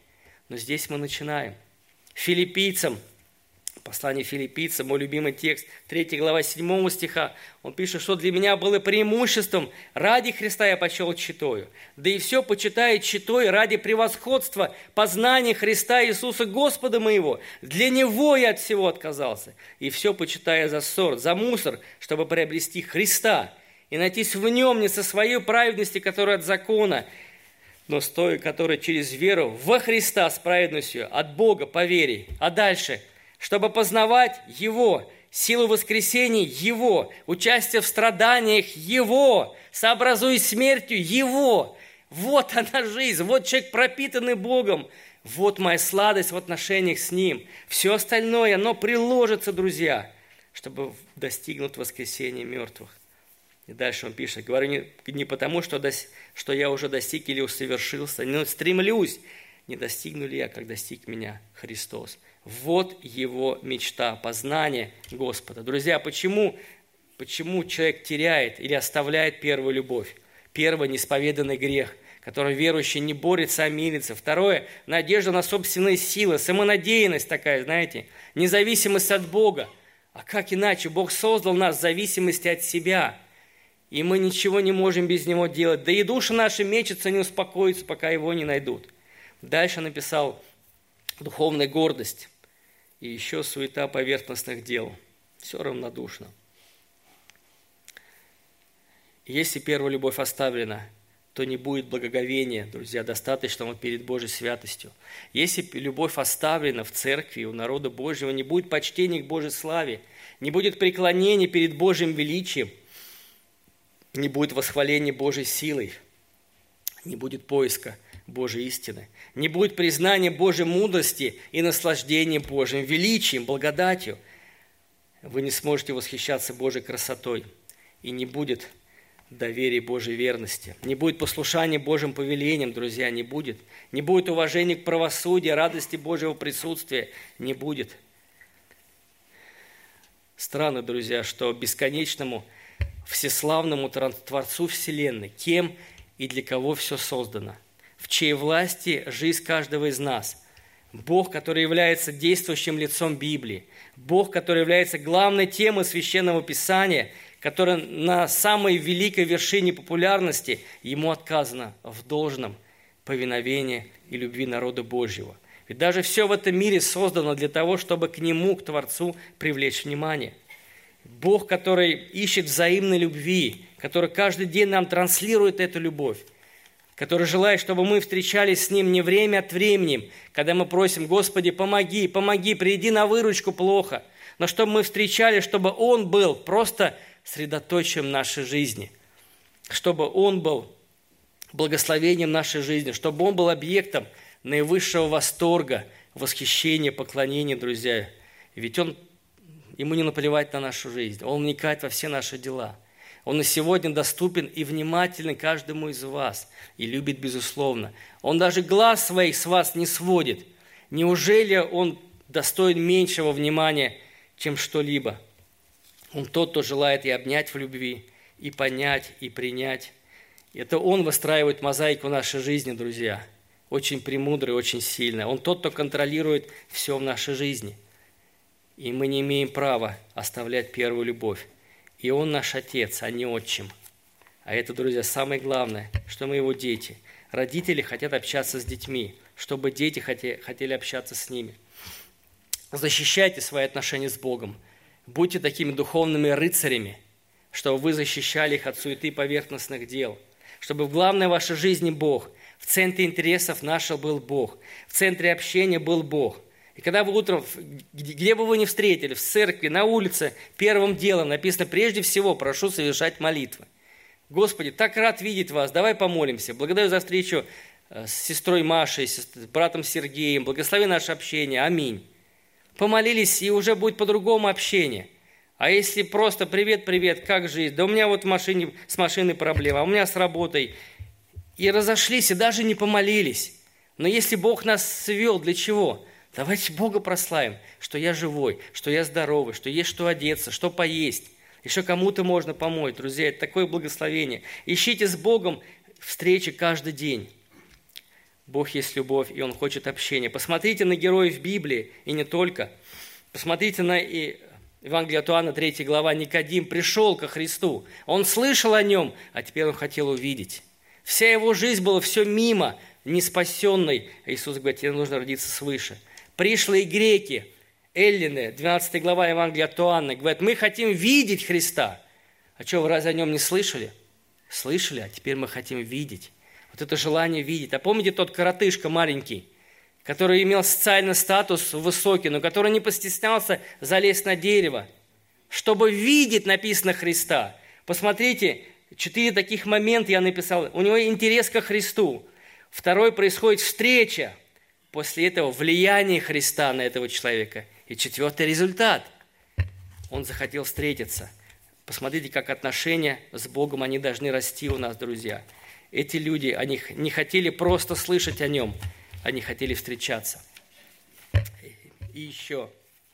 Но здесь мы начинаем. Филиппийцам, послание Филиппийцам, мой любимый текст, третья глава седьмого стиха, он пишет, что для меня было преимуществом, ради Христа я почел читою, да и все почитаю читой ради превосходства познания Христа Иисуса Господа моего. Для Него я от всего отказался, и все почитаю за ссор, за мусор, чтобы приобрести Христа и найтись в Нем не со своей праведности, которая от закона, но с той, которая через веру во Христа с праведностью от Бога по вере. А дальше, чтобы познавать Его, силу воскресения Его, участие в страданиях Его, сообразуясь смертью Его. Вот она жизнь, вот человек, пропитанный Богом. Вот моя сладость в отношениях с Ним. Все остальное, оно приложится, друзья, чтобы достигнуть воскресения мертвых. И дальше он пишет, говорю не, не потому, что, дос, что я уже достиг или усовершился, но стремлюсь, не достигну ли я, как достиг меня Христос. Вот его мечта, познание Господа. Друзья, почему, почему человек теряет или оставляет первую любовь? Первое – неисповеданный грех, который верующий не борется, а мирится. Второе – надежда на собственные силы, самонадеянность такая, знаете, независимость от Бога. А как иначе? Бог создал нас в зависимости от себя. И мы ничего не можем без Него делать. Да и души наши мечутся, не успокоятся, пока Его не найдут. Дальше написал духовная гордость и еще суета поверхностных дел. Все равнодушно. Если первая любовь оставлена, то не будет благоговения, друзья, достаточного перед Божьей святостью. Если любовь оставлена в церкви, у народа Божьего, не будет почтения к Божьей славе, не будет преклонения перед Божьим величием, не будет восхваления Божьей силой, не будет поиска Божьей истины, не будет признания Божьей мудрости и наслаждения Божьим величием, благодатью. Вы не сможете восхищаться Божьей красотой, и не будет доверия Божьей верности, не будет послушания Божьим повелениям, друзья, не будет. Не будет уважения к правосудию, радости Божьего присутствия, не будет. Странно, друзья, что бесконечному всеславному Творцу Вселенной, кем и для кого все создано, в чьей власти жизнь каждого из нас. Бог, который является действующим лицом Библии, Бог, который является главной темой Священного Писания, который на самой великой вершине популярности, Ему отказано в должном повиновении и любви народа Божьего. Ведь даже все в этом мире создано для того, чтобы к Нему, к Творцу, привлечь внимание. Бог, который ищет взаимной любви, который каждый день нам транслирует эту любовь, который желает, чтобы мы встречались с Ним не время от времени, когда мы просим: Господи, помоги, помоги, приди на выручку, плохо, но чтобы мы встречались, чтобы Он был просто средоточием нашей жизни, чтобы Он был благословением нашей жизни, чтобы Он был объектом наивысшего восторга, восхищения, поклонения, друзья. Ведь Он Ему не наплевать на нашу жизнь. Он вникает во все наши дела. Он и сегодня доступен и внимателен каждому из вас. И любит безусловно. Он даже глаз своих с вас не сводит. Неужели Он достоин меньшего внимания, чем что-либо? Он тот, кто желает и обнять в любви, и понять, и принять. Это Он выстраивает мозаику нашей жизни, друзья. Очень премудрый, очень сильный. Он тот, кто контролирует все в нашей жизни. И мы не имеем права оставлять первую любовь. И Он наш Отец, а не отчим. А это, друзья, самое главное, что мы Его дети. Родители хотят общаться с детьми, чтобы дети хотели общаться с ними. Защищайте свои отношения с Богом. Будьте такими духовными рыцарями, чтобы вы защищали их от суеты поверхностных дел. Чтобы в главной вашей жизни Бог, в центре интересов нашего был Бог, в центре общения был Бог. И когда вы утром, где бы вы ни встретили, в церкви, на улице, первым делом написано: прежде всего прошу совершать молитвы. Господи, так рад видеть вас, давай помолимся. Благодарю за встречу с сестрой Машей, с братом Сергеем. Благослови наше общение. Аминь. Помолились, и уже будет по-другому общение. А если просто: привет, привет, как жизнь? Да у меня вот в машине, с машиной проблема, а у меня с работой. И разошлись, и даже не помолились. Но если Бог нас свел, для чего? Давайте Бога прославим, что я живой, что я здоровый, что есть что одеться, что поесть, еще кому-то можно помочь. Друзья, это такое благословение. Ищите с Богом встречи каждый день. Бог есть любовь, и Он хочет общения. Посмотрите на героев Библии, и не только. Посмотрите на Евангелие от Иоанна, третья глава. Никодим пришел ко Христу. Он слышал о Нем, а теперь он хотел увидеть. Вся его жизнь была все мимо, не спасенной. Иисус говорит, тебе нужно родиться свыше. Пришлые греки, эллины, двенадцатая глава Евангелия от Иоанна, говорят, мы хотим видеть Христа. А что, вы разве о Нем не слышали? Слышали, а теперь мы хотим видеть. Вот это желание видеть. А помните тот коротышка маленький, который имел социальный статус высокий, но который не постеснялся залезть на дерево, чтобы видеть, написано, Христа. Посмотрите, четыре таких момента я написал. У него интерес ко Христу. Второй, происходит встреча. После этого влияние Христа на этого человека. И четвертый результат. Он захотел встретиться. Посмотрите, как отношения с Богом, они должны расти у нас, друзья. Эти люди, они не хотели просто слышать о Нем, они хотели встречаться. И еще.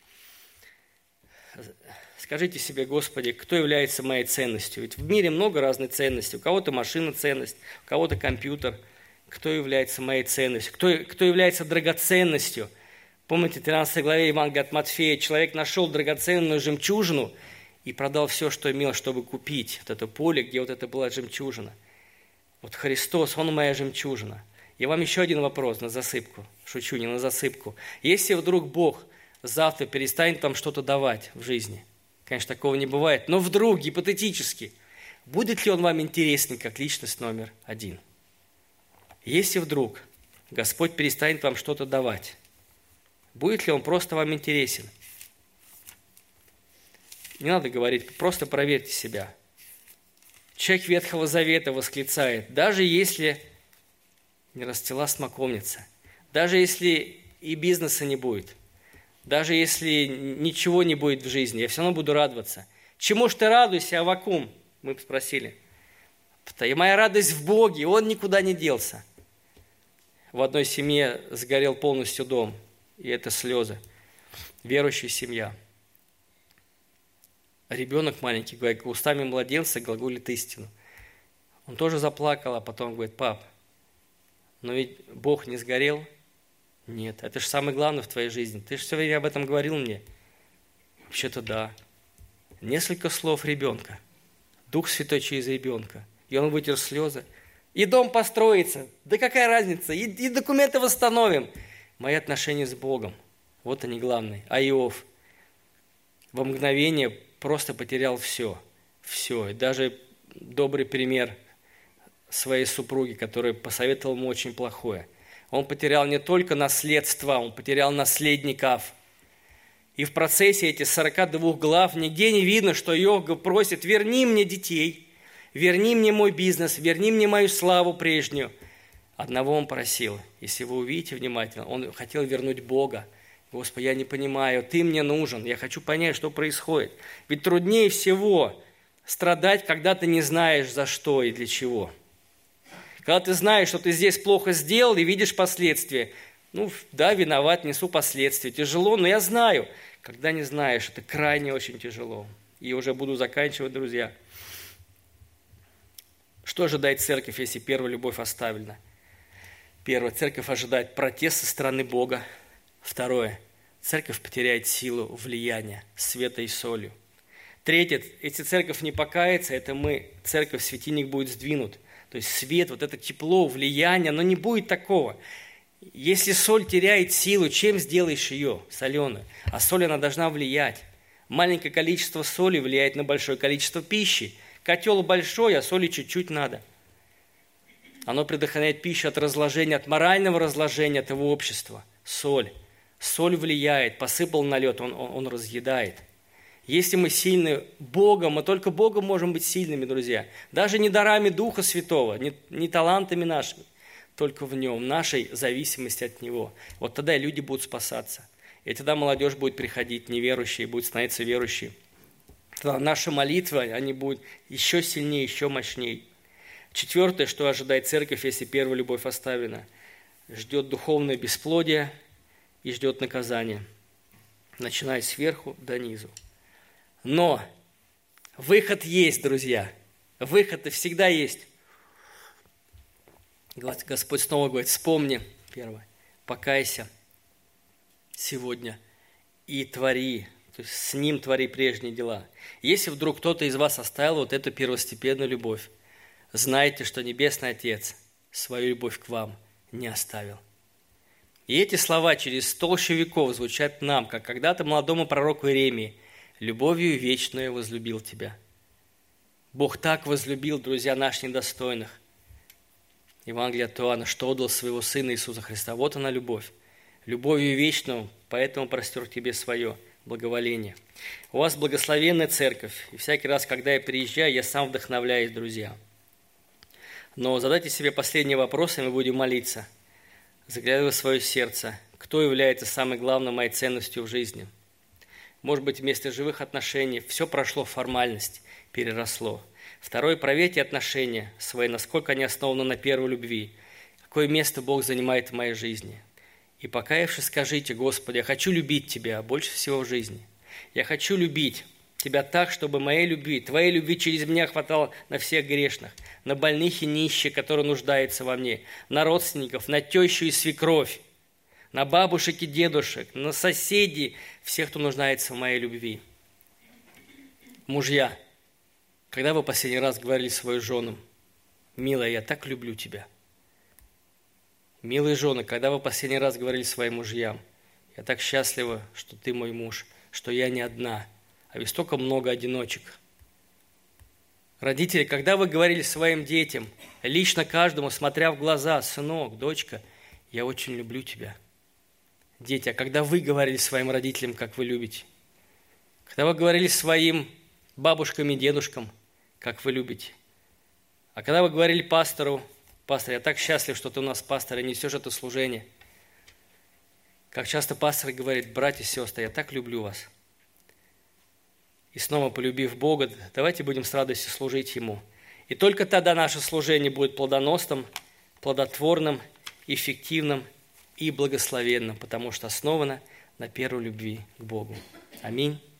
Скажите себе, Господи, кто является моей ценностью? Ведь в мире много разных ценностей. У кого-то машина ценность, у кого-то компьютер. Кто является моей ценностью? Кто, кто является драгоценностью? Помните, в тринадцатой главе Евангелия от Матфея человек нашел драгоценную жемчужину и продал все, что имел, чтобы купить вот это поле, где вот это была жемчужина. Вот Христос, Он моя жемчужина. И вам еще один вопрос на засыпку. Шучу, не на засыпку. Если вдруг Бог завтра перестанет вам что-то давать в жизни, конечно, такого не бывает, но вдруг, гипотетически, будет ли Он вам интересен как личность номер один? Если вдруг Господь перестанет вам что-то давать, будет ли Он просто вам интересен? Не надо говорить, просто проверьте себя. Человек Ветхого Завета восклицает, даже если не расцвела смоковница, даже если и бизнеса не будет, даже если ничего не будет в жизни, я все равно буду радоваться. Чему ж ты радуешься, Аввакум? Мы спросили. И моя радость в Боге, Он никуда не делся. В одной семье сгорел полностью дом, и это слезы. Верующая семья. Ребенок маленький, говорит, устами младенца глаголит истину. Он тоже заплакал, а потом говорит, пап, но ведь Бог не сгорел. Нет, это же самое главное в твоей жизни. Ты же все время об этом говорил мне. Вообще-то да. Несколько слов ребенка. Дух Святой через ребенка. И он вытер слезы. И дом построится. Да какая разница? И, и документы восстановим. Мои отношения с Богом. Вот они главные. А Иов во мгновение просто потерял все. Все. И даже добрый пример своей супруги, которая посоветовала ему очень плохое. Он потерял не только наследство, он потерял наследников. И в процессе этих сорока двух глав нигде не видно, что Иов просит, верни мне детей, верни мне мой бизнес, верни мне мою славу прежнюю. Одного он просил, если вы увидите внимательно, он хотел вернуть Бога. Господи, я не понимаю, Ты мне нужен, я хочу понять, что происходит. Ведь труднее всего страдать, когда ты не знаешь, за что и для чего. Когда ты знаешь, что ты здесь плохо сделал и видишь последствия. Ну, да, виноват, несу последствия. Тяжело, но я знаю. Когда не знаешь, это крайне очень тяжело. И уже буду заканчивать, друзья. Что ожидает церковь, если первая любовь оставлена? Первое, церковь ожидает протест со стороны Бога. Второе, церковь потеряет силу влияния, света и солью. Третье, если церковь не покается, это мы, церковь, светильник будет сдвинут. То есть свет, вот это тепло, влияние, оно не будет такого. Если соль теряет силу, чем сделаешь ее, соленую? А соль, она должна влиять. Маленькое количество соли влияет на большое количество пищи. Котел большой, а соли чуть-чуть надо. Оно предохраняет пищу от разложения, от морального разложения этого общества. Соль. Соль влияет. Посыпал на лед, он, он, он разъедает. Если мы сильны Богом, мы только Богом можем быть сильными, друзья. Даже не дарами Духа Святого, не, не талантами нашими, только в Нем, нашей зависимости от Него. Вот тогда и люди будут спасаться. И тогда молодежь будет приходить неверующие, будет становиться верующие. Тогда наши молитвы, они будут еще сильнее, еще мощнее. Четвертое, что ожидает церковь, если первая любовь оставлена. Ждет духовное бесплодие и ждет наказание, начиная сверху до низу. Но выход есть, друзья. Выход всегда есть. Господь снова говорит, вспомни, первое, покайся сегодня и твори, то есть с Ним твори прежние дела. Если вдруг кто-то из вас оставил вот эту первостепенную любовь, знайте, что Небесный Отец свою любовь к вам не оставил. И эти слова через толщу веков звучат нам, как когда-то молодому пророку Иеремии: «Любовью вечную возлюбил тебя». Бог так возлюбил, друзья, наших недостойных. Евангелие от Иоанна, что отдал своего Сына Иисуса Христа. Вот она любовь. Любовью вечную, поэтому простер тебе свое благоволение. У вас благословенная церковь, и всякий раз, когда я приезжаю, я сам вдохновляюсь, друзья. Но задайте себе последний вопрос, и мы будем молиться. Заглядывая в свое сердце, кто является самой главной моей ценностью в жизни? Может быть, вместо живых отношений все прошло в формальность, переросло. Второе, проверьте отношения свои, насколько они основаны на первой любви. Какое место Бог занимает в моей жизни. И покаявшись, скажите: Господи, я хочу любить Тебя больше всего в жизни. Я хочу любить Тебя так, чтобы моей любви, Твоей любви через меня хватало на всех грешных, на больных и нищих, которые нуждаются во мне, на родственников, на тещу и свекровь, на бабушек и дедушек, на соседей, всех, кто нуждается в моей любви. Мужья, когда вы последний раз говорили своим женам: «Милая, я так люблю тебя»? Милые жены, когда вы последний раз говорили своим мужьям: «Я так счастлива, что ты мой муж, что я не одна», а ведь столько много одиночек. Родители, когда вы говорили своим детям, лично каждому, смотря в глаза: «Сынок, дочка, я очень люблю тебя». Дети, а когда вы говорили своим родителям, как вы любите? Когда вы говорили своим бабушкам и дедушкам, как вы любите? А когда вы говорили пастору: «Пастор, я так счастлив, что ты у нас пастор и несешь это служение». Как часто пастор говорит: «Братья и сестры, я так люблю вас». И снова, полюбив Бога, давайте будем с радостью служить Ему. И только тогда наше служение будет плодоносным, плодотворным, эффективным и благословенным, потому что основано на первой любви к Богу. Аминь.